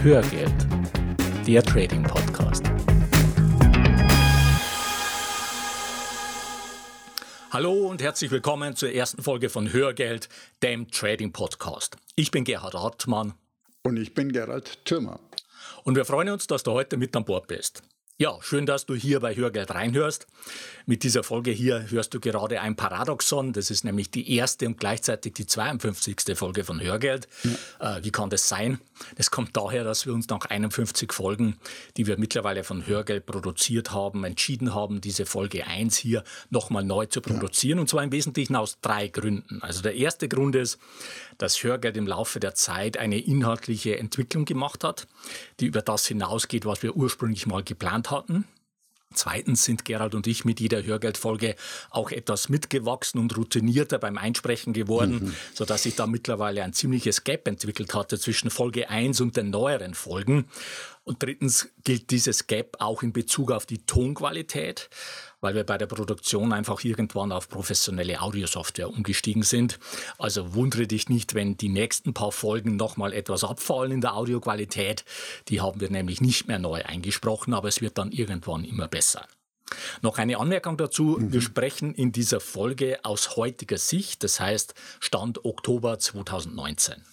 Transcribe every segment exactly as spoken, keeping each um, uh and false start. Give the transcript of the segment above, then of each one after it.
Hörgeld, der Trading-Podcast. Hallo und herzlich willkommen zur ersten Folge von Hörgeld, dem Trading-Podcast. Ich bin Gerhard Hartmann. Und ich bin Gerald Thürmer. Und wir freuen uns, dass du heute mit an Bord bist. Ja, schön, dass du hier bei Hörgeld reinhörst. Mit dieser Folge hier hörst du gerade ein Paradoxon. Das ist nämlich die erste und gleichzeitig die zweiundfünfzigste Folge von Hörgeld. Ja. Äh, wie kann das sein? Das kommt daher, dass wir uns nach einundfünfzig Folgen, die wir mittlerweile von Hörgeld produziert haben, entschieden haben, diese Folge eins hier nochmal neu zu produzieren. Ja. Und zwar im Wesentlichen aus drei Gründen. Also der erste Grund ist, dass Hörgeld im Laufe der Zeit eine inhaltliche Entwicklung gemacht hat, die über das hinausgeht, was wir ursprünglich mal geplant hatten. Zweitens sind Gerald und ich mit jeder Hörgeldfolge auch etwas mitgewachsen und routinierter beim Einsprechen geworden, mhm. sodass sich da mittlerweile ein ziemliches Gap entwickelt hatte zwischen Folge eins und den neueren Folgen. Und drittens gilt dieses Gap auch in Bezug auf die Tonqualität, weil wir bei der Produktion einfach irgendwann auf professionelle Audiosoftware umgestiegen sind. Also wundere dich nicht, wenn die nächsten paar Folgen nochmal etwas abfallen in der Audioqualität. Die haben wir nämlich nicht mehr neu eingesprochen, aber es wird dann irgendwann immer besser. Noch eine Anmerkung dazu. Mhm. Wir sprechen in dieser Folge aus heutiger Sicht, das heißt Stand Oktober zweitausendneunzehn.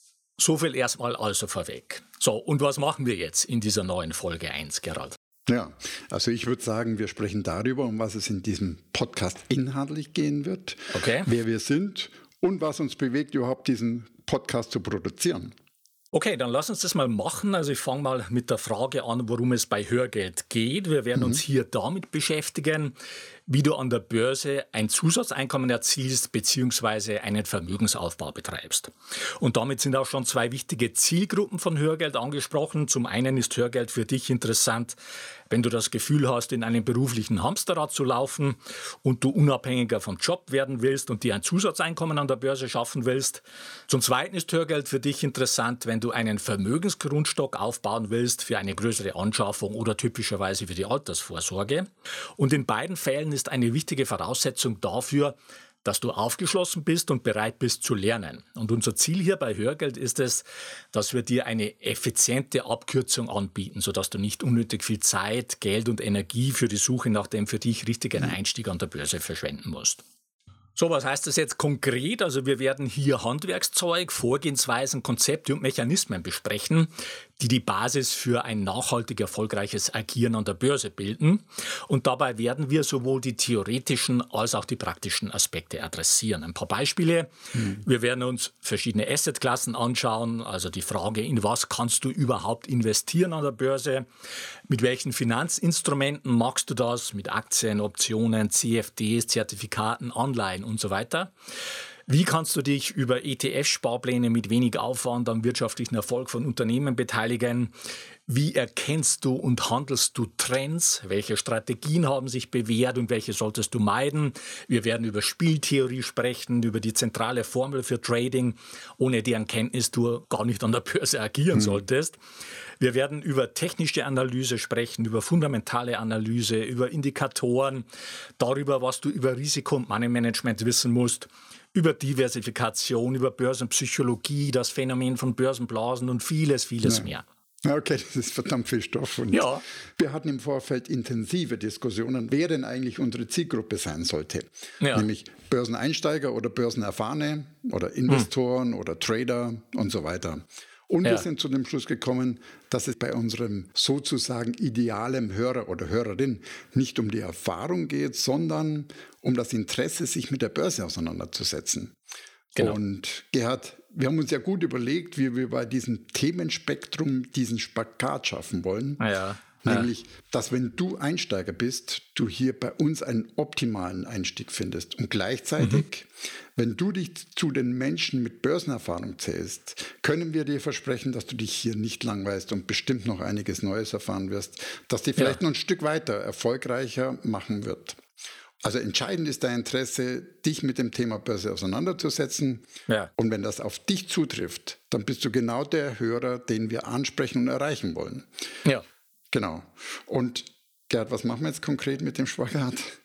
So viel erstmal also vorweg. So, und was machen wir jetzt in dieser neuen Folge eins, Gerald? Ja, also ich würde sagen, wir sprechen darüber, um was es in diesem Podcast inhaltlich gehen wird, okay. Wer wir sind und was uns bewegt, überhaupt diesen Podcast zu produzieren. Okay, dann lass uns das mal machen. Also ich fange mal mit der Frage an, worum es bei Hörgeld geht. Wir werden mhm. uns hier damit beschäftigen, wie du an der Börse ein Zusatzeinkommen erzielst bzw. einen Vermögensaufbau betreibst. Und damit sind auch schon zwei wichtige Zielgruppen von Hörgeld angesprochen. Zum einen ist Hörgeld für dich interessant, wenn du das Gefühl hast, in einem beruflichen Hamsterrad zu laufen und du unabhängiger vom Job werden willst und dir ein Zusatzeinkommen an der Börse schaffen willst. Zum Zweiten ist Hörgeld für dich interessant, wenn du einen Vermögensgrundstock aufbauen willst für eine größere Anschaffung oder typischerweise für die Altersvorsorge. Und in beiden Fällen ist eine wichtige Voraussetzung dafür, dass du aufgeschlossen bist und bereit bist zu lernen. Und unser Ziel hier bei Hörgeld ist es, dass wir dir eine effiziente Abkürzung anbieten, sodass du nicht unnötig viel Zeit, Geld und Energie für die Suche nach dem für dich richtigen Einstieg an der Börse verschwenden musst. So, was heißt das jetzt konkret? Also wir werden hier Handwerkszeug, Vorgehensweisen, Konzepte und Mechanismen besprechen, die die Basis für ein nachhaltig erfolgreiches Agieren an der Börse bilden. Und dabei werden wir sowohl die theoretischen als auch die praktischen Aspekte adressieren. Ein paar Beispiele. Mhm. Wir werden uns verschiedene Assetklassen anschauen, also die Frage, in was kannst du überhaupt investieren an der Börse? Mit welchen Finanzinstrumenten machst du das? Mit Aktien, Optionen, C F Ds, Zertifikaten, Anleihen und so weiter. Wie kannst du dich über E T F-Sparpläne mit wenig Aufwand am wirtschaftlichen Erfolg von Unternehmen beteiligen? Wie erkennst du und handelst du Trends? Welche Strategien haben sich bewährt und welche solltest du meiden? Wir werden über Spieltheorie sprechen, über die zentrale Formel für Trading, ohne deren Kenntnis du gar nicht an der Börse agieren mhm. solltest. Wir werden über technische Analyse sprechen, über fundamentale Analyse, über Indikatoren, darüber, was du über Risiko- und Money-Management wissen musst, über Diversifikation, über Börsenpsychologie, das Phänomen von Börsenblasen und vieles, vieles ja. mehr. Okay, das ist verdammt viel Stoff. Und ja. Wir hatten im Vorfeld intensive Diskussionen, wer denn eigentlich unsere Zielgruppe sein sollte. Ja. Nämlich Börseneinsteiger oder Börsenerfahrene oder Investoren hm. oder Trader und so weiter. Und ja. wir sind zu dem Schluss gekommen, dass es bei unserem sozusagen idealen Hörer oder Hörerin nicht um die Erfahrung geht, sondern um das Interesse, sich mit der Börse auseinanderzusetzen. Genau. Und Gerhard, wir haben uns ja gut überlegt, wie wir bei diesem Themenspektrum diesen Spagat schaffen wollen. Ja. Nämlich, ja. dass wenn du Einsteiger bist, du hier bei uns einen optimalen Einstieg findest. Und gleichzeitig, mhm. wenn du dich zu den Menschen mit Börsenerfahrung zählst, können wir dir versprechen, dass du dich hier nicht langweilst und bestimmt noch einiges Neues erfahren wirst, das dir vielleicht ja. noch ein Stück weiter erfolgreicher machen wird. Also entscheidend ist dein Interesse, dich mit dem Thema Börse auseinanderzusetzen. Ja. Und wenn das auf dich zutrifft, dann bist du genau der Hörer, den wir ansprechen und erreichen wollen. Ja. Genau. Und Gerhard, was machen wir jetzt konkret mit dem Spagat?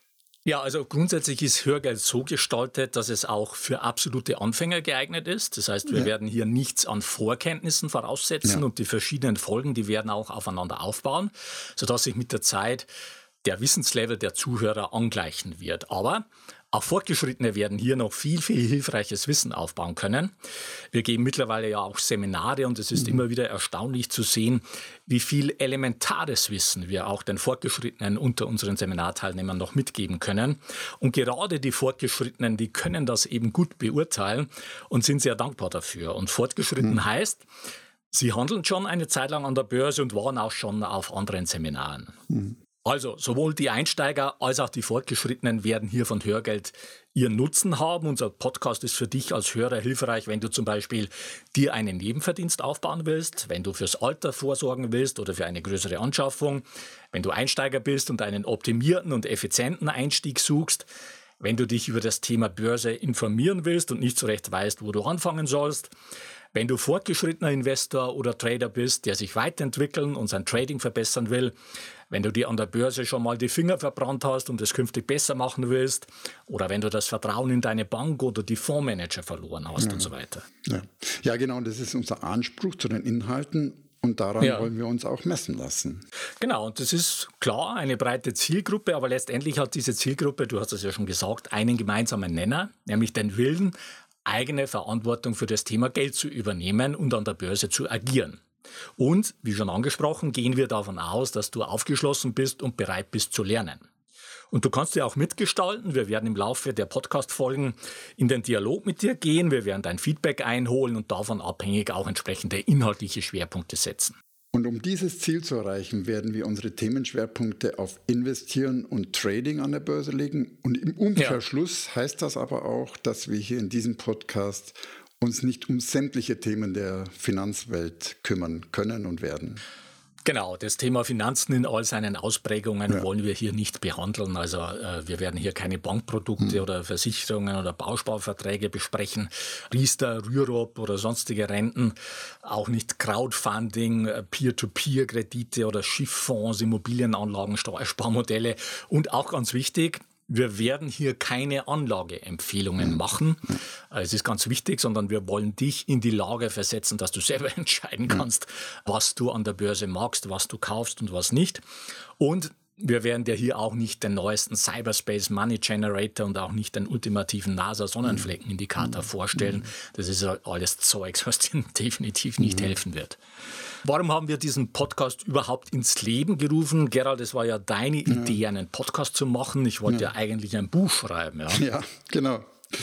Ja, also grundsätzlich ist Hörgeld so gestaltet, dass es auch für absolute Anfänger geeignet ist. Das heißt, wir ja. werden hier nichts an Vorkenntnissen voraussetzen ja. und die verschiedenen Folgen, die werden auch aufeinander aufbauen, sodass sich mit der Zeit der Wissenslevel der Zuhörer angleichen wird. Aber auch Fortgeschrittene werden hier noch viel, viel hilfreiches Wissen aufbauen können. Wir geben mittlerweile ja auch Seminare und es ist mhm. immer wieder erstaunlich zu sehen, wie viel elementares Wissen wir auch den Fortgeschrittenen unter unseren Seminarteilnehmern noch mitgeben können. Und gerade die Fortgeschrittenen, die können das eben gut beurteilen und sind sehr dankbar dafür. Und fortgeschritten mhm. heißt, sie handeln schon eine Zeit lang an der Börse und waren auch schon auf anderen Seminaren. Mhm. Also sowohl die Einsteiger als auch die Fortgeschrittenen werden hier von Hörgeld ihren Nutzen haben. Unser Podcast ist für dich als Hörer hilfreich, wenn du zum Beispiel dir einen Nebenverdienst aufbauen willst, wenn du fürs Alter vorsorgen willst oder für eine größere Anschaffung, wenn du Einsteiger bist und einen optimierten und effizienten Einstieg suchst, wenn du dich über das Thema Börse informieren willst und nicht so recht weißt, wo du anfangen sollst, wenn du fortgeschrittener Investor oder Trader bist, der sich weiterentwickeln und sein Trading verbessern will, wenn du dir an der Börse schon mal die Finger verbrannt hast und es künftig besser machen willst, oder wenn du das Vertrauen in deine Bank oder die Fondsmanager verloren hast ja. und so weiter. Ja. ja, genau, das ist unser Anspruch zu den Inhalten. Und daran ja. wollen wir uns auch messen lassen. Genau, und das ist klar eine breite Zielgruppe, aber letztendlich hat diese Zielgruppe, du hast es ja schon gesagt, einen gemeinsamen Nenner, nämlich den Willen, eigene Verantwortung für das Thema Geld zu übernehmen und an der Börse zu agieren. Und, wie schon angesprochen, gehen wir davon aus, dass du aufgeschlossen bist und bereit bist zu lernen. Und du kannst ja auch mitgestalten. Wir werden im Laufe der Podcast-Folgen in den Dialog mit dir gehen. Wir werden dein Feedback einholen und davon abhängig auch entsprechende inhaltliche Schwerpunkte setzen. Und um dieses Ziel zu erreichen, werden wir unsere Themenschwerpunkte auf Investieren und Trading an der Börse legen. Und im Umkehrschluss ja. heißt das aber auch, dass wir hier in diesem Podcast uns nicht um sämtliche Themen der Finanzwelt kümmern können und werden. Genau, das Thema Finanzen in all seinen Ausprägungen ja. wollen wir hier nicht behandeln. Also äh, wir werden hier keine Bankprodukte hm. oder Versicherungen oder Bausparverträge besprechen, Riester, Rürup oder sonstige Renten, auch nicht Crowdfunding, Peer-to-Peer-Kredite oder Schifffonds, Immobilienanlagen, Steuersparmodelle und auch ganz wichtig, wir werden hier keine Anlageempfehlungen machen. Es ist ganz wichtig, sondern wir wollen dich in die Lage versetzen, dass du selber entscheiden kannst, was du an der Börse magst, was du kaufst und was nicht. Und wir werden dir hier auch nicht den neuesten Cyberspace Money Generator und auch nicht den ultimativen NASA-Sonnenfleckenindikator vorstellen. Das ist alles Zeugs, was dir definitiv nicht helfen wird. Warum haben wir diesen Podcast überhaupt ins Leben gerufen? Gerald, es war ja deine Idee, ja. einen Podcast zu machen. Ich wollte ja, ja eigentlich ein Buch schreiben. Ja, ja genau.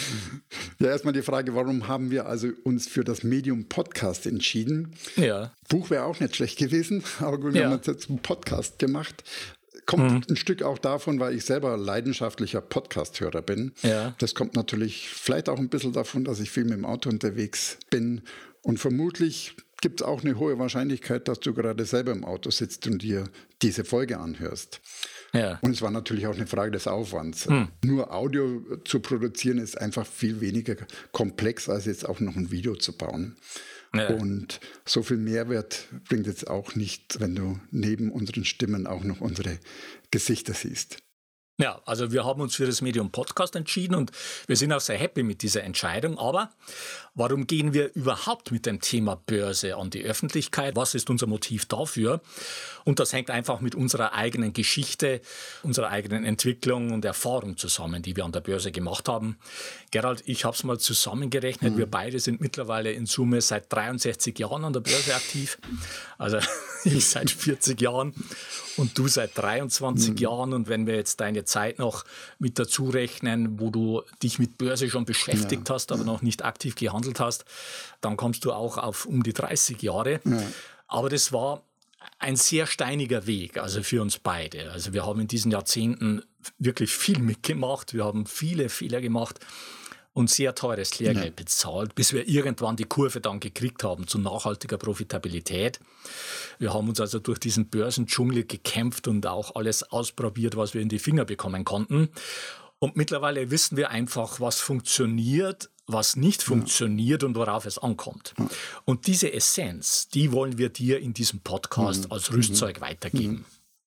Ja, erstmal die Frage, warum haben wir also uns für das Medium Podcast entschieden? Ja. Buch wäre auch nicht schlecht gewesen, aber gut, wir ja. haben uns jetzt einen Podcast gemacht. Kommt mhm. ein Stück auch davon, weil ich selber leidenschaftlicher Podcast-Hörer bin. Ja. Das kommt natürlich vielleicht auch ein bisschen davon, dass ich viel mit dem Auto unterwegs bin. Und vermutlich gibt es auch eine hohe Wahrscheinlichkeit, dass du gerade selber im Auto sitzt und dir diese Folge anhörst. Ja. Und es war natürlich auch eine Frage des Aufwands. Mhm. Nur Audio zu produzieren ist einfach viel weniger komplex, als jetzt auch noch ein Video zu bauen. Ja. Und so viel Mehrwert bringt jetzt auch nicht, wenn du neben unseren Stimmen auch noch unsere Gesichter siehst. Ja, also wir haben uns für das Medium Podcast entschieden und wir sind auch sehr happy mit dieser Entscheidung. Aber warum gehen wir überhaupt mit dem Thema Börse an die Öffentlichkeit? Was ist unser Motiv dafür? Und das hängt einfach mit unserer eigenen Geschichte, unserer eigenen Entwicklung und Erfahrung zusammen, die wir an der Börse gemacht haben. Gerald, ich habe es mal zusammengerechnet. Mhm. Wir beide sind mittlerweile in Summe seit dreiundsechzig Jahren an der Börse aktiv. Also ich seit vierzig Jahren und du seit dreiundzwanzig mhm. Jahren. Und wenn wir jetzt deine Zeit noch mit dazu rechnen, wo du dich mit Börse schon beschäftigt ja. hast, aber noch nicht aktiv gehandelt hast, dann kommst du auch auf um die dreißig Jahre. Ja. Aber das war ein sehr steiniger Weg, also für uns beide. Also wir haben in diesen Jahrzehnten wirklich viel mitgemacht, wir haben viele Fehler gemacht und sehr teures Lehrgeld ja. bezahlt, bis wir irgendwann die Kurve dann gekriegt haben zu nachhaltiger Profitabilität. Wir haben uns also durch diesen Börsendschungel gekämpft und auch alles ausprobiert, was wir in die Finger bekommen konnten. Und mittlerweile wissen wir einfach, was funktioniert, was nicht ja. funktioniert und worauf es ankommt. Ja. Und diese Essenz, die wollen wir dir in diesem Podcast mhm. als Rüstzeug mhm. weitergeben.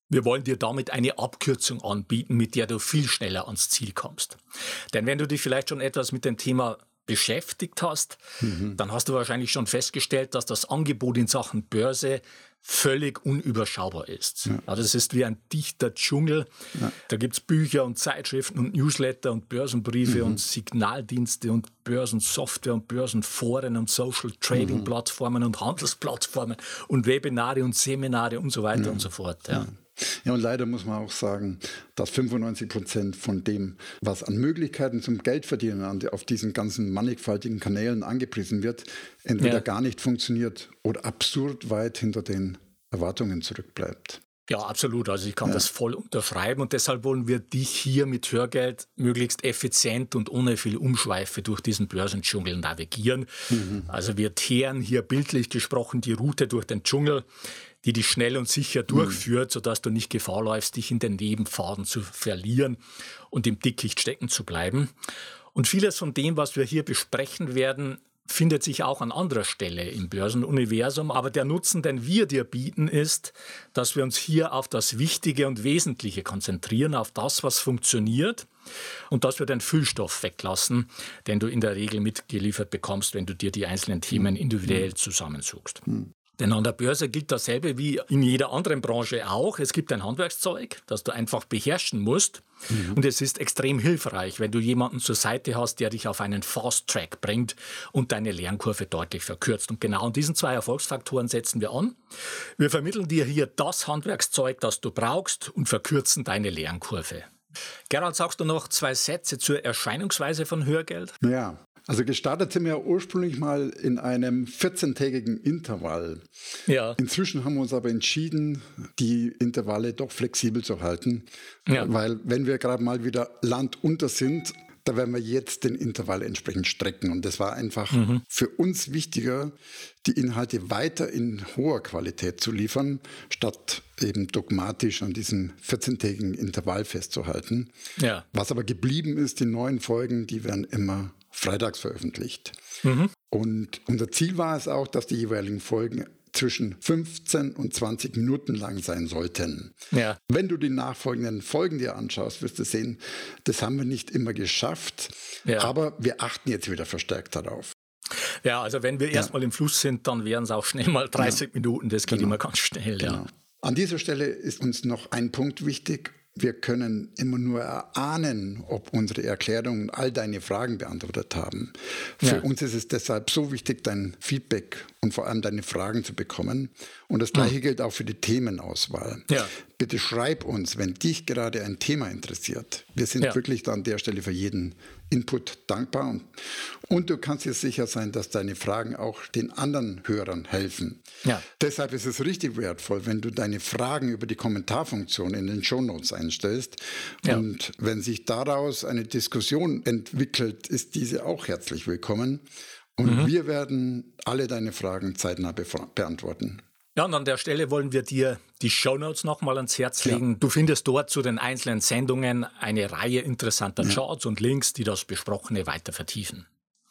Wir wollen dir damit eine Abkürzung anbieten, mit der du viel schneller ans Ziel kommst. Denn wenn du dich vielleicht schon etwas mit dem Thema beschäftigt hast, mhm. dann hast du wahrscheinlich schon festgestellt, dass das Angebot in Sachen Börse völlig unüberschaubar ist. Ja. Also es ist wie ein dichter Dschungel. Ja. Da gibt es Bücher und Zeitschriften und Newsletter und Börsenbriefe mhm. und Signaldienste und Börsensoftware und Börsenforen und Social-Trading-Plattformen mhm. und Handelsplattformen und Webinare und Seminare und so weiter ja. und so fort. Ja. Ja. Ja, und leider muss man auch sagen, dass fünfundneunzig Prozent von dem, was an Möglichkeiten zum Geldverdienen auf diesen ganzen mannigfaltigen Kanälen angepriesen wird, entweder ja. gar nicht funktioniert oder absurd weit hinter den Erwartungen zurückbleibt. Ja, absolut. Also ich kann ja. das voll unterschreiben und deshalb wollen wir dich hier mit Hörgeld möglichst effizient und ohne viel Umschweife durch diesen Börsendschungel navigieren. Mhm. Also wir teeren hier bildlich gesprochen die Route durch den Dschungel, die dich schnell und sicher durchführt, mhm. sodass du nicht Gefahr läufst, dich in den Nebenpfaden zu verlieren und im Dickicht stecken zu bleiben. Und vieles von dem, was wir hier besprechen werden, findet sich auch an anderer Stelle im Börsenuniversum. Aber der Nutzen, den wir dir bieten, ist, dass wir uns hier auf das Wichtige und Wesentliche konzentrieren, auf das, was funktioniert und dass wir den Füllstoff weglassen, den du in der Regel mitgeliefert bekommst, wenn du dir die einzelnen Themen individuell zusammensuchst. Mhm. Denn an der Börse gilt dasselbe wie in jeder anderen Branche auch. Es gibt ein Handwerkszeug, das du einfach beherrschen musst. Mhm. Und es ist extrem hilfreich, wenn du jemanden zur Seite hast, der dich auf einen Fast-Track bringt und deine Lernkurve deutlich verkürzt. Und genau an diesen zwei Erfolgsfaktoren setzen wir an. Wir vermitteln dir hier das Handwerkszeug, das du brauchst und verkürzen deine Lernkurve. Gerald, sagst du noch zwei Sätze zur Erscheinungsweise von Hörgeld? Ja. Also gestartet sind wir ursprünglich mal in einem vierzehntägigen Intervall. Ja. Inzwischen haben wir uns aber entschieden, die Intervalle doch flexibel zu halten. Ja. Weil wenn wir gerade mal wieder landunter sind, da werden wir jetzt den Intervall entsprechend strecken. Und das war einfach mhm. für uns wichtiger, die Inhalte weiter in hoher Qualität zu liefern, statt eben dogmatisch an diesem vierzehntägigen Intervall festzuhalten. Ja. Was aber geblieben ist, die neuen Folgen, die werden immer freitags veröffentlicht. Mhm. Und unser Ziel war es auch, dass die jeweiligen Folgen zwischen fünfzehn und zwanzig Minuten lang sein sollten. Ja. Wenn du die nachfolgenden Folgen dir anschaust, wirst du sehen, das haben wir nicht immer geschafft, ja. aber wir achten jetzt wieder verstärkt darauf. Ja, also wenn wir ja. erstmal im Fluss sind, dann wären es auch schnell mal dreißig ja. Minuten, das geht genau. immer ganz schnell. Genau. Ja. An dieser Stelle ist uns noch ein Punkt wichtig. Wir können immer nur erahnen, ob unsere Erklärungen all deine Fragen beantwortet haben. Für ja. uns ist es deshalb so wichtig, dein Feedback und vor allem deine Fragen zu bekommen. Und das Gleiche ja. gilt auch für die Themenauswahl. Ja. Bitte schreib uns, wenn dich gerade ein Thema interessiert. Wir sind ja. wirklich an der Stelle für jeden Input dankbar. Und, und du kannst dir sicher sein, dass deine Fragen auch den anderen Hörern helfen. Ja. Deshalb ist es richtig wertvoll, wenn du deine Fragen über die Kommentarfunktion in den Shownotes einstellst. Ja. Und wenn sich daraus eine Diskussion entwickelt, ist diese auch herzlich willkommen. Und mhm. wir werden alle deine Fragen zeitnah befra- beantworten. Ja, und an der Stelle wollen wir dir die Shownotes nochmal ans Herz legen. Ja. Du findest dort zu den einzelnen Sendungen eine Reihe interessanter ja. Charts und Links, die das Besprochene weiter vertiefen.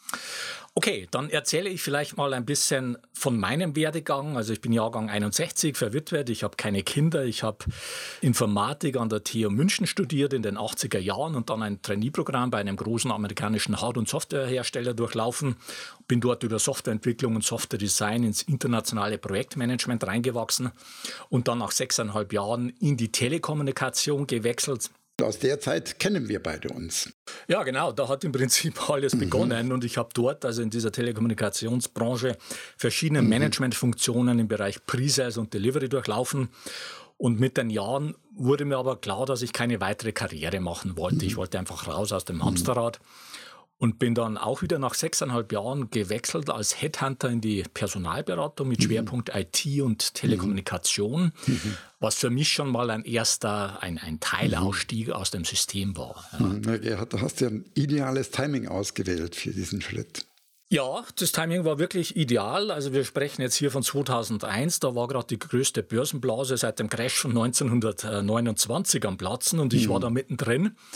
Okay, dann erzähle ich vielleicht mal ein bisschen von meinem Werdegang. Also ich bin Jahrgang einundsechzig, verwitwet, ich habe keine Kinder. Ich habe Informatik an der T U München studiert in den achtziger Jahren und dann ein Trainee-Programm bei einem großen amerikanischen Hard- und Softwarehersteller durchlaufen. Bin dort über Softwareentwicklung und Softwaredesign ins internationale Projektmanagement reingewachsen und dann nach sechseinhalb Jahren in die Telekommunikation gewechselt. Aus der Zeit kennen wir beide uns. Ja, genau, da hat im Prinzip alles mhm. begonnen und ich habe dort, also in dieser Telekommunikationsbranche, verschiedene mhm. Managementfunktionen im Bereich Pre-Sales und Delivery durchlaufen. Und mit den Jahren wurde mir aber klar, dass ich keine weitere Karriere machen wollte. Mhm. Ich wollte einfach raus aus dem Hamsterrad. Und bin dann auch wieder nach sechseinhalb Jahren gewechselt als Headhunter in die Personalberatung mit Schwerpunkt I T und Telekommunikation, mhm. was für mich schon mal ein erster, ein, ein Teilausstieg mhm. aus dem System war. Ja. Ja, da hast du ja ein ideales Timing ausgewählt für diesen Schritt. Ja, das Timing war wirklich ideal. Also wir sprechen jetzt hier von zweitausendeins, da war gerade die größte Börsenblase seit dem Crash von neunzehnhundertneunundzwanzig am Platzen und ich mhm. war da mittendrin.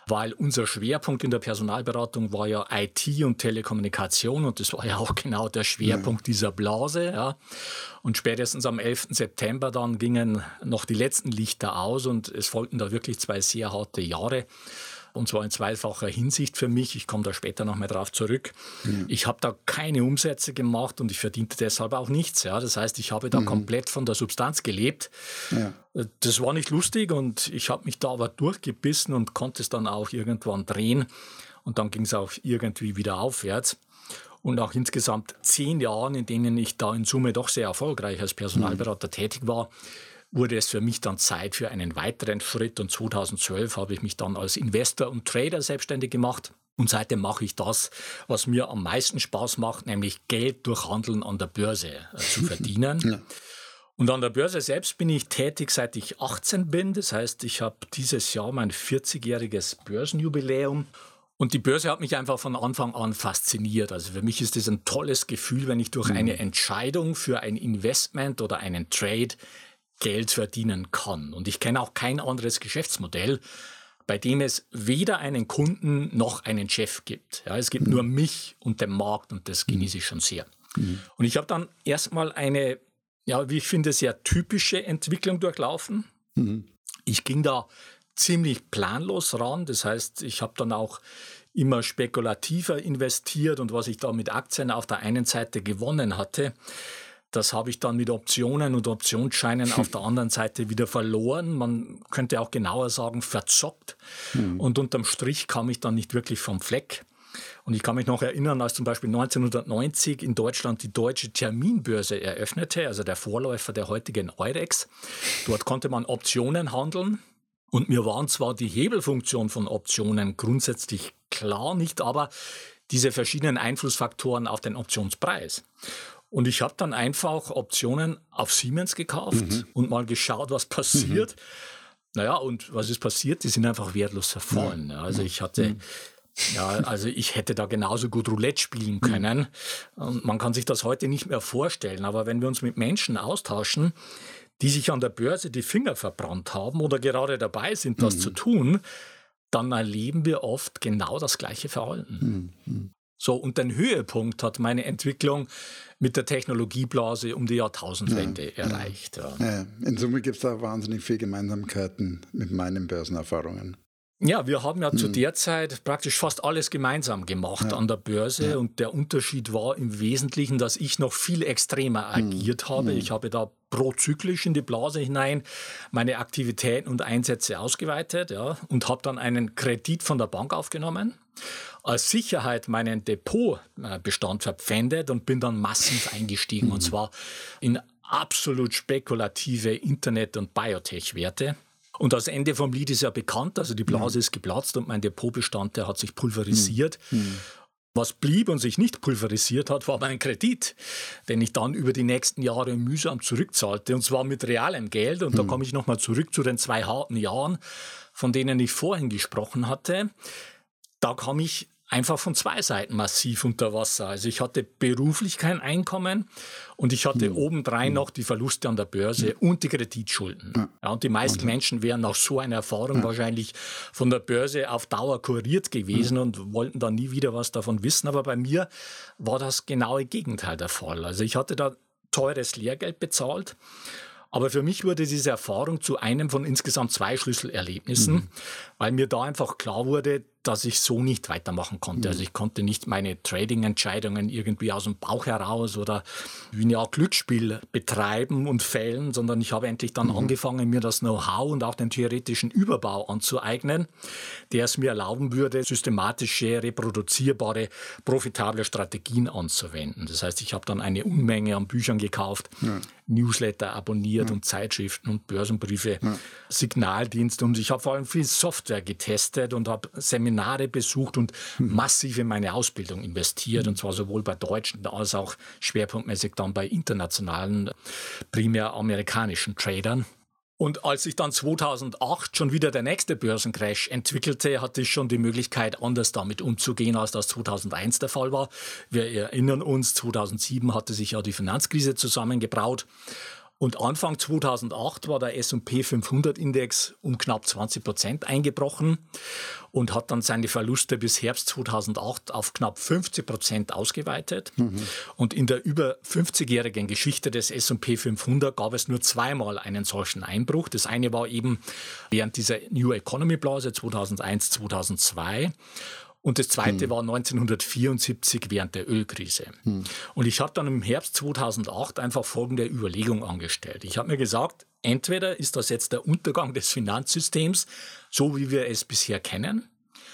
weil unser Schwerpunkt in der Personalberatung war ja I T und Telekommunikation und das war ja auch genau der Schwerpunkt ja. dieser Blase. Ja. Und spätestens am elften September dann gingen noch die letzten Lichter aus und es folgten da wirklich zwei sehr harte Jahre. Und zwar in zweifacher Hinsicht für mich. Ich komme da später noch mal drauf zurück. Mhm. Ich habe da keine Umsätze gemacht und ich verdiente deshalb auch nichts. Ja. Das heißt, ich habe da mhm. komplett von der Substanz gelebt. Ja. Das war nicht lustig und ich habe mich da aber durchgebissen und konnte es dann auch irgendwann drehen. Und dann ging es auch irgendwie wieder aufwärts. Und nach insgesamt zehn Jahren, in denen ich da in Summe doch sehr erfolgreich als Personalberater mhm. tätig war, wurde es für mich dann Zeit für einen weiteren Schritt. Und zweitausendzwölf habe ich mich dann als Investor und Trader selbstständig gemacht. Und seitdem mache ich das, was mir am meisten Spaß macht, nämlich Geld durch Handeln an der Börse äh, zu verdienen. Ja. Und an der Börse selbst bin ich tätig, seit ich achtzehn bin. Das heißt, ich habe dieses Jahr mein vierzigjähriges Börsenjubiläum. Und die Börse hat mich einfach von Anfang an fasziniert. Also für mich ist es ein tolles Gefühl, wenn ich durch mhm. eine Entscheidung für ein Investment oder einen Trade Geld verdienen kann. Und ich kenne auch kein anderes Geschäftsmodell, bei dem es weder einen Kunden noch einen Chef gibt. Ja, es gibt mhm. nur mich und den Markt und das genieße ich schon sehr. Mhm. Und ich habe dann erstmal eine, ja, wie ich finde, sehr typische Entwicklung durchlaufen. Mhm. Ich ging da ziemlich planlos ran. Das heißt, ich habe dann auch immer spekulativer investiert und was ich da mit Aktien auf der einen Seite gewonnen hatte, das habe ich dann mit Optionen und Optionsscheinen auf der anderen Seite wieder verloren. Man könnte auch genauer sagen, verzockt. Mhm. Und unterm Strich kam ich dann nicht wirklich vom Fleck. Und ich kann mich noch erinnern, als zum Beispiel neunzehnhundertneunzig in Deutschland die Deutsche Terminbörse eröffnete, also der Vorläufer der heutigen Eurex. Dort konnte man Optionen handeln. Und mir waren zwar die Hebelfunktion von Optionen grundsätzlich klar, nicht aber diese verschiedenen Einflussfaktoren auf den Optionspreis. Und ich habe dann einfach Optionen auf Siemens gekauft mhm. und mal geschaut, was passiert. Mhm. Naja, und was ist passiert? Die sind einfach wertlos verfallen. Ja. Also ich hatte, mhm. ja, also ich hätte da genauso gut Roulette spielen können. Mhm. Und man kann sich das heute nicht mehr vorstellen. Aber wenn wir uns mit Menschen austauschen, die sich an der Börse die Finger verbrannt haben oder gerade dabei sind, das mhm. zu tun, dann erleben wir oft genau das gleiche Verhalten. Mhm. So, und den Höhepunkt hat meine Entwicklung mit der Technologieblase um die Jahrtausendwende ja, erreicht. Ja. Ja. In Summe gibt es da wahnsinnig viele Gemeinsamkeiten mit meinen Börsenerfahrungen. Ja, wir haben ja hm. zu der Zeit praktisch fast alles gemeinsam gemacht ja. an der Börse ja. und der Unterschied war im Wesentlichen, dass ich noch viel extremer agiert hm. habe. Hm. Ich habe da prozyklisch in die Blase hinein meine Aktivitäten und Einsätze ausgeweitet ja, und habe dann einen Kredit von der Bank aufgenommen, als Sicherheit meinen Depotbestand verpfändet und bin dann massiv eingestiegen, mhm. und zwar in absolut spekulative Internet- und Biotech-Werte. Und das Ende vom Lied ist ja bekannt, also die Blase mhm. ist geplatzt und mein Depotbestand, der hat sich pulverisiert. Mhm. Was blieb und sich nicht pulverisiert hat, war mein Kredit, den ich dann über die nächsten Jahre mühsam zurückzahlte, und zwar mit realem Geld. Und mhm. da komme ich nochmal zurück zu den zwei harten Jahren, von denen ich vorhin gesprochen hatte. Da kam ich einfach von zwei Seiten massiv unter Wasser. Also ich hatte beruflich kein Einkommen und ich hatte mhm. obendrein noch die Verluste an der Börse mhm. und die Kreditschulden. Ja. Ja, und die meisten okay. Menschen wären nach so einer Erfahrung ja. wahrscheinlich von der Börse auf Dauer kuriert gewesen mhm. und wollten dann nie wieder was davon wissen. Aber bei mir war das genaue Gegenteil der Fall. Also ich hatte da teures Lehrgeld bezahlt. Aber für mich wurde diese Erfahrung zu einem von insgesamt zwei Schlüsselerlebnissen, mhm. weil mir da einfach klar wurde, dass ich so nicht weitermachen konnte. Mhm. Also ich konnte nicht meine Trading-Entscheidungen irgendwie aus dem Bauch heraus oder wie eine Art Glücksspiel betreiben und fällen, sondern ich habe endlich dann mhm. angefangen, mir das Know-how und auch den theoretischen Überbau anzueignen, der es mir erlauben würde, systematische, reproduzierbare, profitable Strategien anzuwenden. Das heißt, ich habe dann eine Unmenge an Büchern gekauft, ja. Newsletter abonniert ja. und Zeitschriften und Börsenbriefe, ja. Signaldienste, und ich habe vor allem viel Software getestet und habe Seminare besucht und mhm. massiv in meine Ausbildung investiert, mhm. und zwar sowohl bei deutschen als auch schwerpunktmäßig dann bei internationalen, primär amerikanischen Tradern. Und als sich dann zweitausendacht schon wieder der nächste Börsencrash entwickelte, hatte ich schon die Möglichkeit, anders damit umzugehen, als das zweitausendeins der Fall war. Wir erinnern uns, zweitausendsieben hatte sich ja die Finanzkrise zusammengebraut. Und Anfang zweitausendacht war der S und P fünfhundert Index um knapp zwanzig Prozent eingebrochen und hat dann seine Verluste bis Herbst zweitausendacht auf knapp fünfzig Prozent ausgeweitet. Mhm. Und in der über fünfzigjährigen Geschichte des S und P fünfhundert gab es nur zweimal einen solchen Einbruch. Das eine war eben während dieser New Economy Blase zweitausendeins, zweitausendzwei. Und das zweite hm. war neunzehnhundertvierundsiebzig während der Ölkrise. Hm. Und ich habe dann im Herbst zweitausendacht einfach folgende Überlegung angestellt. Ich habe mir gesagt, entweder ist das jetzt der Untergang des Finanzsystems, so wie wir es bisher kennen,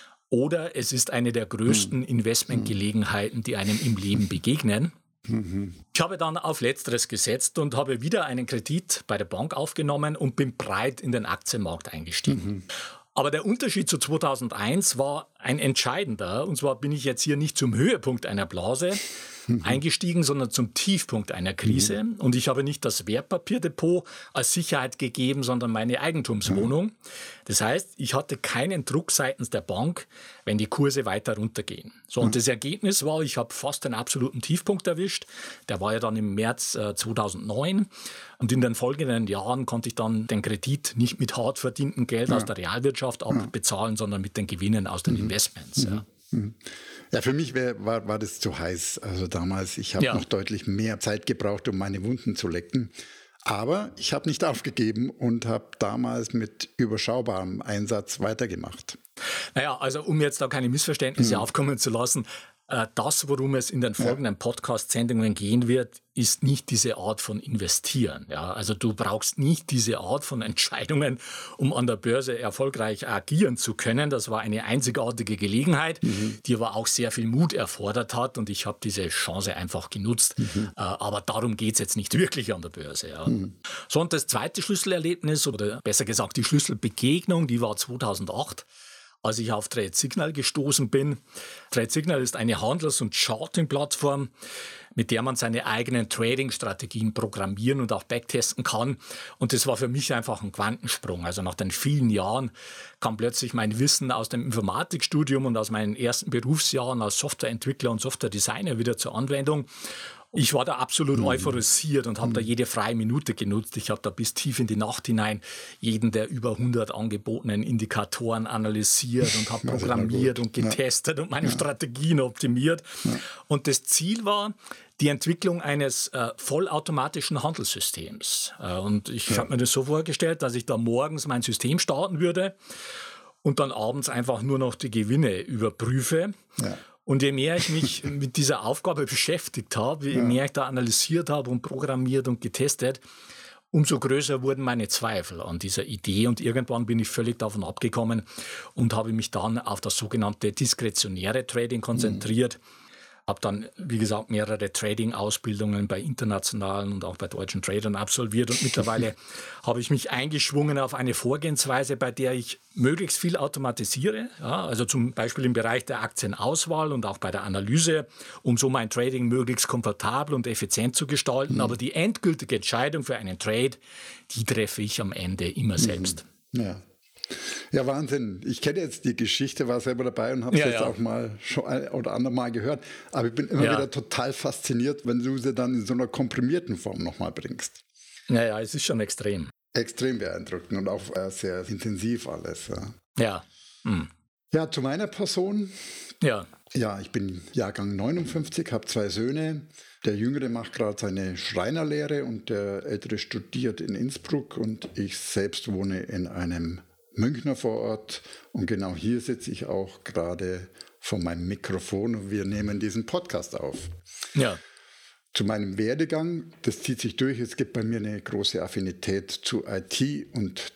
oder es ist eine der größten hm. Investmentgelegenheiten, die einem im Leben begegnen. Mhm. Ich habe dann auf Letzteres gesetzt und habe wieder einen Kredit bei der Bank aufgenommen und bin breit in den Aktienmarkt eingestiegen. Mhm. Aber der Unterschied zu zweitausendeins war ein entscheidender. Und zwar bin ich jetzt hier nicht zum Höhepunkt einer Blase mhm. eingestiegen, sondern zum Tiefpunkt einer Krise. Mhm. Und ich habe nicht das Wertpapierdepot als Sicherheit gegeben, sondern meine Eigentumswohnung. Mhm. Das heißt, ich hatte keinen Druck seitens der Bank, wenn die Kurse weiter runtergehen. So, und mhm. das Ergebnis war, ich habe fast den absoluten Tiefpunkt erwischt. Der war ja dann im März äh, zweitausendneun. Und in den folgenden Jahren konnte ich dann den Kredit nicht mit hart verdientem Geld ja. aus der Realwirtschaft abbezahlen, ja. sondern mit den Gewinnen aus den mhm. Investments. Mhm. Ja. Ja, für mich wär, war, war das zu heiß. Also damals, ich habe ja. noch deutlich mehr Zeit gebraucht, um meine Wunden zu lecken. Aber ich habe nicht aufgegeben und habe damals mit überschaubarem Einsatz weitergemacht. Naja, also um jetzt da keine Missverständnisse mhm. aufkommen zu lassen, das, worum es in den folgenden ja. Podcast-Sendungen gehen wird, ist nicht diese Art von Investieren. Ja, also du brauchst nicht diese Art von Entscheidungen, um an der Börse erfolgreich agieren zu können. Das war eine einzigartige Gelegenheit, mhm. die aber auch sehr viel Mut erfordert hat. Und ich habe diese Chance einfach genutzt. Mhm. Aber darum geht es jetzt nicht wirklich an der Börse. Ja. Mhm. So, und das zweite Schlüsselerlebnis, oder besser gesagt die Schlüsselbegegnung, die war zweitausendacht. Als ich auf Trade Signal gestoßen bin. Trade Signal ist eine Handels- und Charting-Plattform, mit der man seine eigenen Trading-Strategien programmieren und auch backtesten kann. Und das war für mich einfach ein Quantensprung. Also nach den vielen Jahren kam plötzlich mein Wissen aus dem Informatikstudium und aus meinen ersten Berufsjahren als Softwareentwickler und Softwaredesigner wieder zur Anwendung. Ich war da absolut mhm. euphorisiert und habe mhm. da jede freie Minute genutzt. Ich habe da bis tief in die Nacht hinein jeden der über hundert angebotenen Indikatoren analysiert und habe programmiert und getestet ja. und meine ja. Strategien optimiert. Ja. Und das Ziel war die Entwicklung eines äh, vollautomatischen Handelssystems. Äh, und ich ja. habe mir das so vorgestellt, dass ich da morgens mein System starten würde und dann abends einfach nur noch die Gewinne überprüfe. Ja. Und je mehr ich mich mit dieser Aufgabe beschäftigt habe, je ja. mehr ich da analysiert habe und programmiert und getestet, umso größer wurden meine Zweifel an dieser Idee. Und irgendwann bin ich völlig davon abgekommen und habe mich dann auf das sogenannte diskretionäre Trading konzentriert. Mhm. Habe dann, wie gesagt, mehrere Trading-Ausbildungen bei internationalen und auch bei deutschen Tradern absolviert. Und mittlerweile habe ich mich eingeschwungen auf eine Vorgehensweise, bei der ich möglichst viel automatisiere. Ja, also zum Beispiel im Bereich der Aktienauswahl und auch bei der Analyse, um so mein Trading möglichst komfortabel und effizient zu gestalten. Mhm. Aber die endgültige Entscheidung für einen Trade, die treffe ich am Ende immer selbst. Mhm. Ja. Ja, Wahnsinn. Ich kenne jetzt die Geschichte, war selber dabei und habe es ja, jetzt ja. auch mal schon ein oder andere Mal gehört. Aber ich bin immer ja. wieder total fasziniert, wenn du sie dann in so einer komprimierten Form nochmal bringst. Ja, ja, es ist schon extrem. Extrem beeindruckend und auch äh, sehr intensiv alles. Ja. Ja. Hm. Ja, zu meiner Person. Ja. Ja, ich bin Jahrgang neunundfünfzig, habe zwei Söhne. Der Jüngere macht gerade seine Schreinerlehre und der Ältere studiert in Innsbruck und ich selbst wohne in einem Münchner Vorort und genau hier sitze ich auch gerade vor meinem Mikrofon und wir nehmen diesen Podcast auf. Ja. Zu meinem Werdegang, das zieht sich durch, es gibt bei mir eine große Affinität zu I T und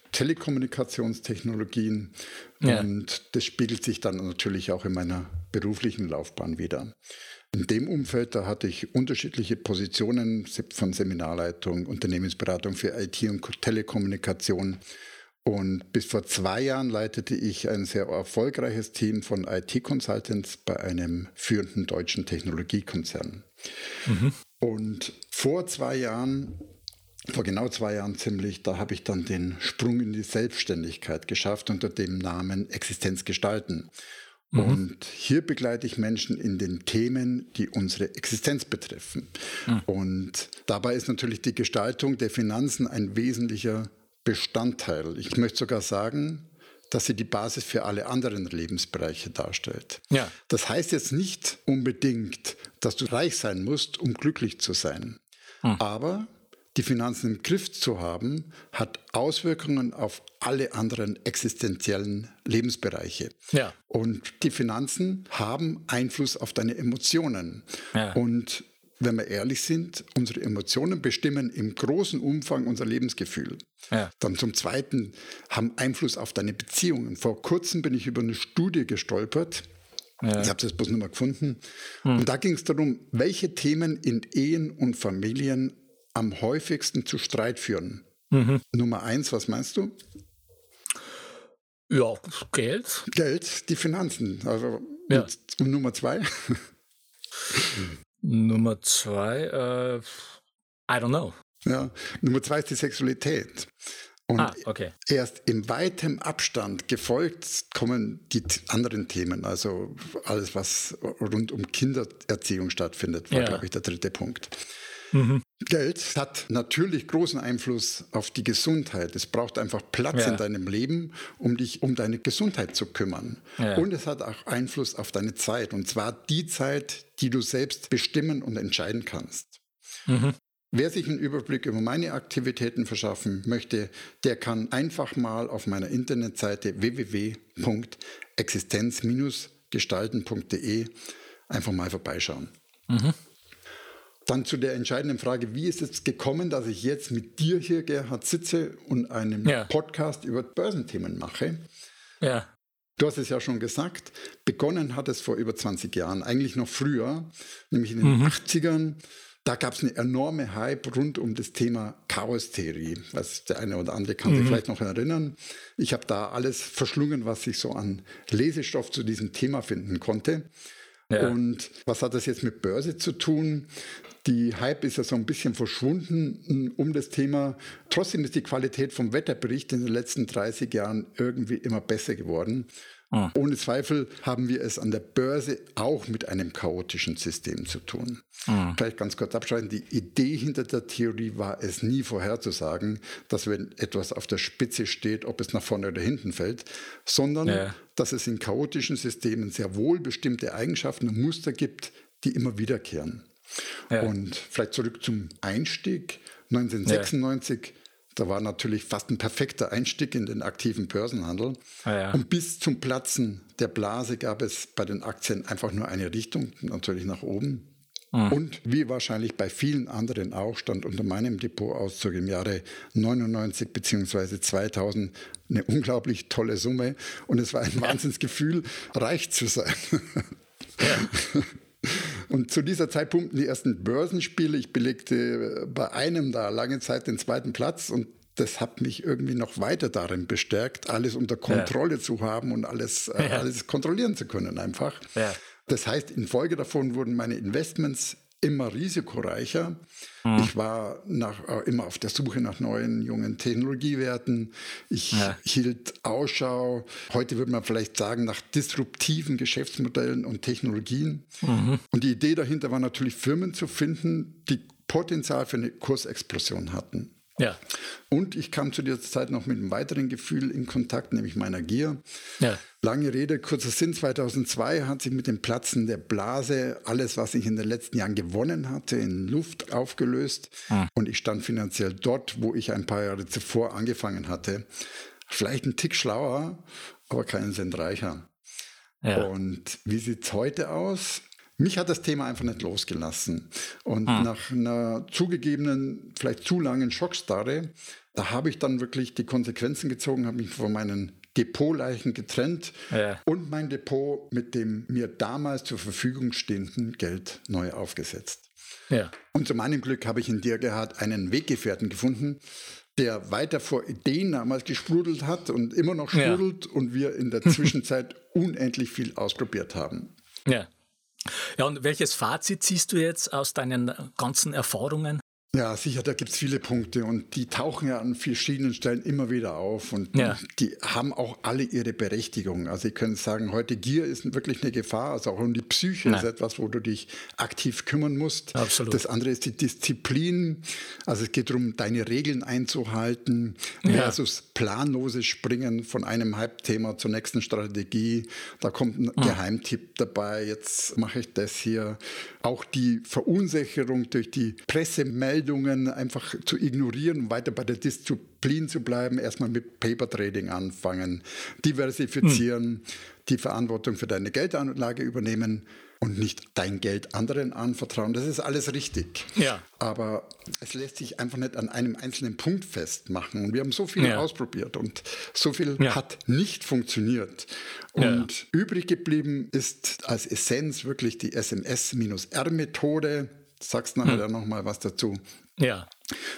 Telekommunikationstechnologien ja. und das spiegelt sich dann natürlich auch in meiner beruflichen Laufbahn wieder. In dem Umfeld, da hatte ich unterschiedliche Positionen von Seminarleitung, Unternehmensberatung für I T und Telekommunikation. Und bis vor zwei Jahren leitete ich ein sehr erfolgreiches Team von I T-Consultants bei einem führenden deutschen Technologiekonzern. Mhm. Und vor zwei Jahren, vor genau zwei Jahren ziemlich, da habe ich dann den Sprung in die Selbstständigkeit geschafft unter dem Namen Existenz gestalten. Mhm. Und hier begleite ich Menschen in den Themen, die unsere Existenz betreffen. Mhm. Und dabei ist natürlich die Gestaltung der Finanzen ein wesentlicher Bestandteil. Ich möchte sogar sagen, dass sie die Basis für alle anderen Lebensbereiche darstellt. Ja. Das heißt jetzt nicht unbedingt, dass du reich sein musst, um glücklich zu sein. Mhm. Aber die Finanzen im Griff zu haben, hat Auswirkungen auf alle anderen existenziellen Lebensbereiche. Ja. Und die Finanzen haben Einfluss auf deine Emotionen. Ja. Und wenn wir ehrlich sind, unsere Emotionen bestimmen im großen Umfang unser Lebensgefühl. Ja. Dann zum Zweiten haben Einfluss auf deine Beziehungen. Vor kurzem bin ich über eine Studie gestolpert. Ja. Ich habe es jetzt bloß nicht mehr gefunden. Hm. Und da ging es darum, welche Themen in Ehen und Familien am häufigsten zu Streit führen. Mhm. Nummer eins, was meinst du? Ja, Geld. Geld, die Finanzen. Also, ja. und, und Nummer zwei? Nummer zwei, äh, I don't know. Ja, Nummer zwei ist die Sexualität. Und ah, okay. erst im weitem Abstand gefolgt kommen die t- anderen Themen, also alles, was rund um Kindererziehung stattfindet, war, ja. glaube ich, der dritte Punkt. Mhm. Geld hat natürlich großen Einfluss auf die Gesundheit. Es braucht einfach Platz ja. in deinem Leben, um dich um deine Gesundheit zu kümmern. Ja. Und es hat auch Einfluss auf deine Zeit. Und zwar die Zeit, die du selbst bestimmen und entscheiden kannst. Mhm. Wer sich einen Überblick über meine Aktivitäten verschaffen möchte, der kann einfach mal auf meiner Internetseite w w w punkt existenz gestalten punkt d e einfach mal vorbeischauen. Mhm. Dann zu der entscheidenden Frage, wie ist es gekommen, dass ich jetzt mit dir hier, Gerhard, sitze und einen ja. Podcast über Börsenthemen mache? Ja. Du hast es ja schon gesagt, begonnen hat es vor über zwanzig Jahren, eigentlich noch früher, nämlich in den mhm. achtzigern. Da gab es eine enorme Hype rund um das Thema Chaostheorie. Was der eine oder andere kann mhm. sich vielleicht noch erinnern. Ich habe da alles verschlungen, was ich so an Lesestoff zu diesem Thema finden konnte. Ja. Und was hat das jetzt mit Börse zu tun? Die Hype ist ja so ein bisschen verschwunden um das Thema. Trotzdem ist die Qualität vom Wetterbericht in den letzten dreißig Jahren irgendwie immer besser geworden. Ah. Ohne Zweifel haben wir es an der Börse auch mit einem chaotischen System zu tun. Ah. Vielleicht ganz kurz abschalten. Die Idee hinter der Theorie war es nie vorherzusagen, dass wenn etwas auf der Spitze steht, ob es nach vorne oder hinten fällt, sondern ja. dass es in chaotischen Systemen sehr wohl bestimmte Eigenschaften und Muster gibt, die immer wiederkehren. Ja. Und vielleicht zurück zum Einstieg. neunzehnhundertsechsundneunzig, ja. da war natürlich fast ein perfekter Einstieg in den aktiven Börsenhandel. Ja, ja. Und bis zum Platzen der Blase gab es bei den Aktien einfach nur eine Richtung, natürlich nach oben. Mhm. Und wie wahrscheinlich bei vielen anderen auch, stand unter meinem Depotauszug im Jahre neunundneunzig bzw. zweitausend eine unglaublich tolle Summe. Und es war ein Wahnsinnsgefühl, reich zu sein. Ja. Und zu dieser Zeit pumpten die ersten Börsenspiele. Ich belegte bei einem da lange Zeit den zweiten Platz und das hat mich irgendwie noch weiter darin bestärkt, alles unter Kontrolle ja. zu haben und alles, äh, ja. alles kontrollieren zu können einfach. Ja. Das heißt, in Folge davon wurden meine Investments immer risikoreicher. Mhm. Ich war nach, äh, immer auf der Suche nach neuen, jungen Technologiewerten. Ich ja. hielt Ausschau, heute würde man vielleicht sagen, nach disruptiven Geschäftsmodellen und Technologien. Mhm. Und die Idee dahinter war natürlich, Firmen zu finden, die Potenzial für eine Kursexplosion hatten. Ja. Und ich kam zu dieser Zeit noch mit einem weiteren Gefühl in Kontakt, nämlich meiner Gier. Ja. Lange Rede, kurzer Sinn, zweitausendzwei hat sich mit dem Platzen der Blase alles, was ich in den letzten Jahren gewonnen hatte, in Luft aufgelöst. Mhm. Und ich stand finanziell dort, wo ich ein paar Jahre zuvor angefangen hatte. Vielleicht ein Tick schlauer, aber keinen Cent reicher. Ja. Und wie sieht es heute aus? Mich hat das Thema einfach nicht losgelassen. Und hm. nach einer zugegebenen, vielleicht zu langen Schockstarre, da habe ich dann wirklich die Konsequenzen gezogen, habe mich von meinen Depotleichen getrennt ja. und mein Depot mit dem mir damals zur Verfügung stehenden Geld neu aufgesetzt. Ja. Und zu meinem Glück habe ich in dir, Gerhard, einen Weggefährten gefunden, der weiter vor Ideen damals gesprudelt hat und immer noch sprudelt ja. und wir in der Zwischenzeit unendlich viel ausprobiert haben. Ja. Ja, und welches Fazit ziehst du jetzt aus deinen ganzen Erfahrungen? Ja, sicher, da gibt es viele Punkte und die tauchen ja an verschiedenen Stellen immer wieder auf und Ja. die haben auch alle ihre Berechtigung. Also ich könnte sagen, heute Gier ist wirklich eine Gefahr, also auch um die Psyche Nein. ist etwas, wo du dich aktiv kümmern musst. Absolut. Das andere ist die Disziplin, also es geht darum, deine Regeln einzuhalten Ja. versus planloses Springen von einem Hype-Thema zur nächsten Strategie. Da kommt ein Geheimtipp dabei, jetzt mache ich das hier. Auch die Verunsicherung durch die Pressemeldungen einfach zu ignorieren und weiter bei der Disziplin zu bleiben, erstmal mit Paper Trading anfangen, diversifizieren, hm. die Verantwortung für deine Geldanlage übernehmen und nicht dein Geld anderen anvertrauen. Das ist alles richtig. Ja. Aber es lässt sich einfach nicht an einem einzelnen Punkt festmachen. Und wir haben so viel Ja. ausprobiert und so viel Ja. hat nicht funktioniert. Und Ja. übrig geblieben ist als Essenz wirklich die S M S R Methode. Sagst nachher hm. dann nochmal was dazu. Ja.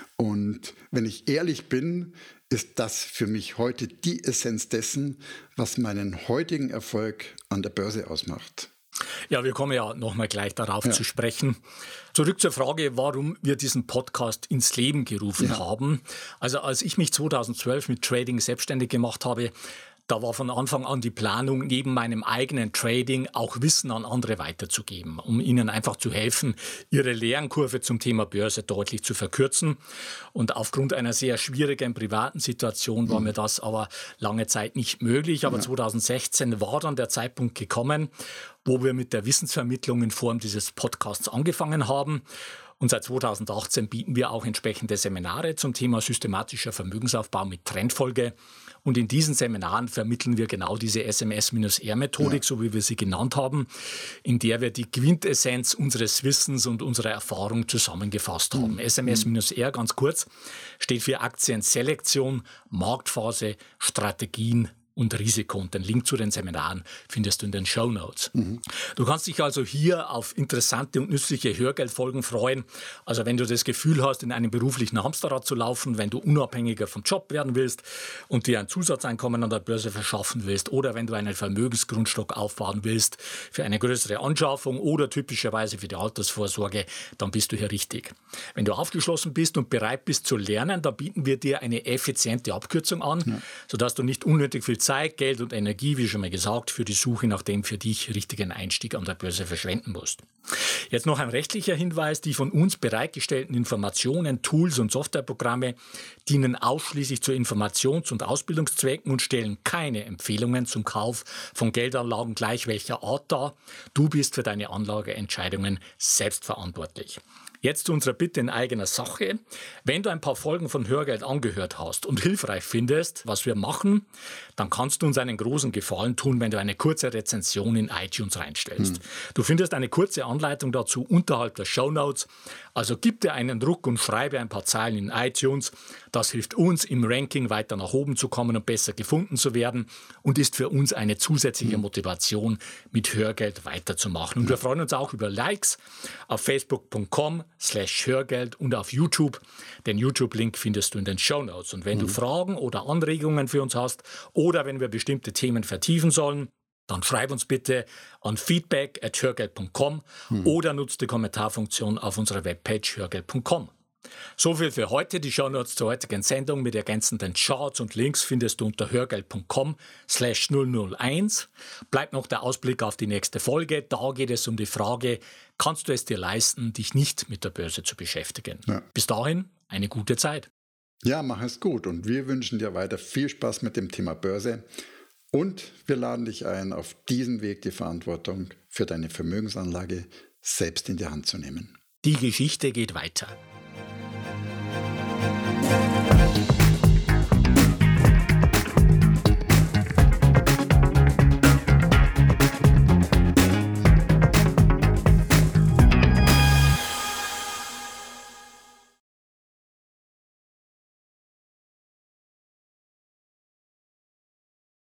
Und wenn ich ehrlich bin, ist das für mich heute die Essenz dessen, was meinen heutigen Erfolg an der Börse ausmacht. Ja, wir kommen ja nochmal gleich darauf Ja. zu sprechen. Zurück zur Frage, warum wir diesen Podcast ins Leben gerufen Ja. haben. Also als ich mich zweitausendzwölf mit Trading selbstständig gemacht habe, da war von Anfang an die Planung, neben meinem eigenen Trading auch Wissen an andere weiterzugeben, um ihnen einfach zu helfen, ihre Lernkurve zum Thema Börse deutlich zu verkürzen. Und aufgrund einer sehr schwierigen privaten Situation war mhm. mir das aber lange Zeit nicht möglich. Aber ja. zweitausendsechzehn war dann der Zeitpunkt gekommen, wo wir mit der Wissensvermittlung in Form dieses Podcasts angefangen haben. Und seit zweitausendachtzehn bieten wir auch entsprechende Seminare zum Thema systematischer Vermögensaufbau mit Trendfolge. Und in diesen Seminaren vermitteln wir genau diese S M S R Methodik, ja. so wie wir sie genannt haben, in der wir die Quintessenz unseres Wissens und unserer Erfahrung zusammengefasst haben. Mhm. S M S R, ganz kurz, steht für Aktienselektion, Marktphase, Strategien und Risiko. Und den Link zu den Seminaren findest du in den Shownotes. Mhm. Du kannst dich also hier auf interessante und nützliche Hörgeldfolgen freuen. Also wenn du das Gefühl hast, in einem beruflichen Hamsterrad zu laufen, wenn du unabhängiger vom Job werden willst und dir ein Zusatzeinkommen an der Börse verschaffen willst oder wenn du einen Vermögensgrundstock aufbauen willst für eine größere Anschaffung oder typischerweise für die Altersvorsorge, dann bist du hier richtig. Wenn du aufgeschlossen bist und bereit bist zu lernen, dann bieten wir dir eine effiziente Abkürzung an, ja. sodass du nicht unnötig viel Zeit, Geld und Energie, wie schon mal gesagt, für die Suche nach dem für dich richtigen Einstieg an der Börse verschwenden musst. Jetzt noch ein rechtlicher Hinweis. Die von uns bereitgestellten Informationen, Tools und Softwareprogramme dienen ausschließlich zu Informations- und Ausbildungszwecken und stellen keine Empfehlungen zum Kauf von Geldanlagen gleich welcher Art dar. Du bist für deine Anlageentscheidungen selbst verantwortlich. Jetzt zu unserer Bitte in eigener Sache. Wenn du ein paar Folgen von Hörgeld angehört hast und hilfreich findest, was wir machen, dann kannst du uns einen großen Gefallen tun, wenn du eine kurze Rezension in iTunes reinstellst. Hm. Du findest eine kurze Anleitung dazu unterhalb der Shownotes. Also gib dir einen Ruck und schreibe ein paar Zeilen in iTunes. Das hilft uns, im Ranking weiter nach oben zu kommen und besser gefunden zu werden und ist für uns eine zusätzliche Motivation, mit Hörgeld weiterzumachen. Und wir freuen uns auch über Likes auf facebook punkt com slash Hörgeld und auf YouTube. Den YouTube-Link findest du in den Shownotes. Und wenn mhm. du Fragen oder Anregungen für uns hast oder wenn wir bestimmte Themen vertiefen sollen, dann schreib uns bitte an feedback at hörgeld punkt com mhm. oder nutzt die Kommentarfunktion auf unserer Webpage hörgeld punkt com. So viel für heute. Die Shownotes zur heutigen Sendung mit ergänzenden Charts und Links findest du unter hörgeld punkt com slash null null eins. Bleibt noch der Ausblick auf die nächste Folge. Da geht es um die Frage, kannst du es dir leisten, dich nicht mit der Börse zu beschäftigen? Ja. Bis dahin eine gute Zeit. Ja, mach es gut und wir wünschen dir weiter viel Spaß mit dem Thema Börse. Und wir laden dich ein, auf diesem Weg die Verantwortung für deine Vermögensanlage selbst in die Hand zu nehmen. Die Geschichte geht weiter.